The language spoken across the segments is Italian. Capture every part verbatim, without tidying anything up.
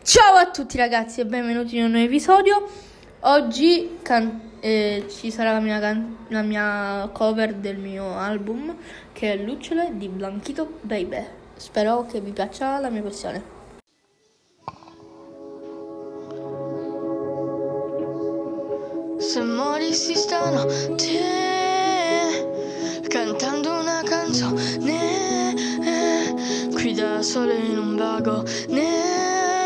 Ciao a tutti ragazzi e benvenuti in un nuovo episodio. Oggi can- eh, ci sarà la mia, can- la mia cover del mio album, che è Lucciole di Blanchito Baby. Spero che vi piaccia la mia versione. Se morissi stanotte cantando una canzone, qui da sole in un vagone,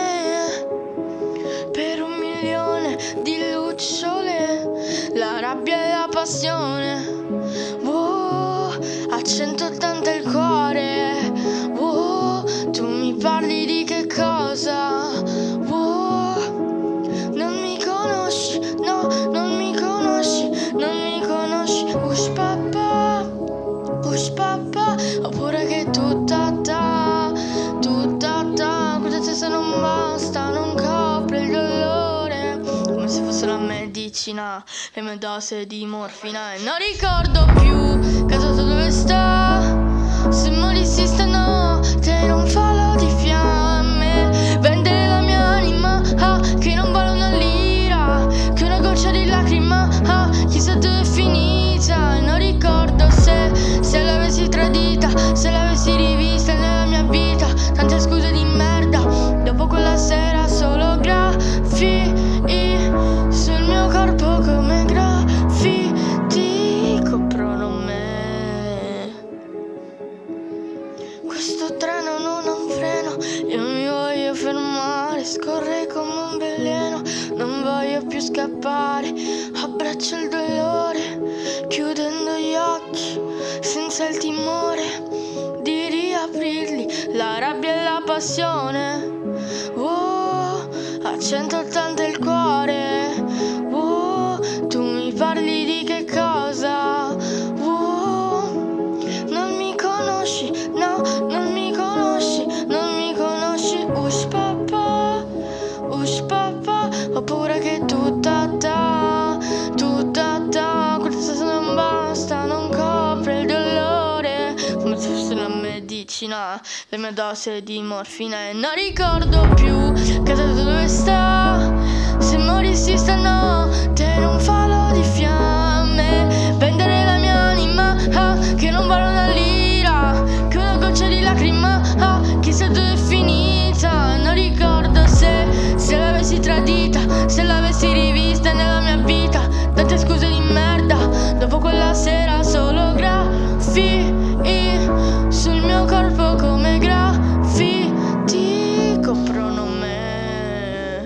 per un milione di lucciole, la rabbia e la passione, wow, a centottanta il cuore, wow, tu mi parli di che cosa, wow, non mi conosci, no, non mi conosci, non mi conosci, ush papà, ush papà, oppure che tutta ta, tutta ta, questa testa non basta, non copre il dolore, come se fosse la medicina, le mie dose di morfina, e non ricordo più casa dove sta, se morissi stanotte non fallo di fiamme, vendere la mia anima, ah, che non vale una lira, che una goccia di lacrima, ah, chissà dove è finita, e non ricordo se, se l'avessi tradita, se l'avessi rivista nella mia vita, tante scuse di merda, dopo quella sera solo graffiti sul mio corpo come graffiti coprono me. Questo treno non ha un freno, io mi voglio fermare, scorre come un veleno, non voglio più scappare, abbraccio il dolore, chiudendo gli occhi, senza il timore di riaprirli, la rabbia e la passione, wow, a centottanta il cuore, wow, tu mi parli di che cosa, wow, non mi conosci, no, non mi conosci, non mi conosci, ush papà, ush papà, oppure che tutta ta, tutta ta, questa se non basta, non copre il dolore, come se fosse una medicina, le mie dose di morfina, e non ricordo più casa dove sta, se morissi stanotte non fallo di fiamme, vendere la mia anima, ah, che non vale una lira, che una goccia di lacrima, ah, chissà dove è finita, non ricordo se, se l'avessi tradita, se l'avessi rivista nella mia vita, tante scuse di merda, dopo quella sera solo graffiti sul mio corpo come graffiti coprono me.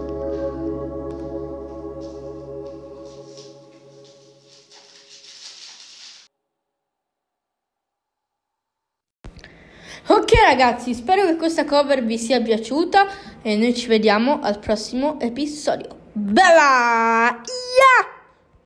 Ok ragazzi, spero che questa cover vi sia piaciuta e noi ci vediamo al prossimo episodio. Bye bye! Yeah!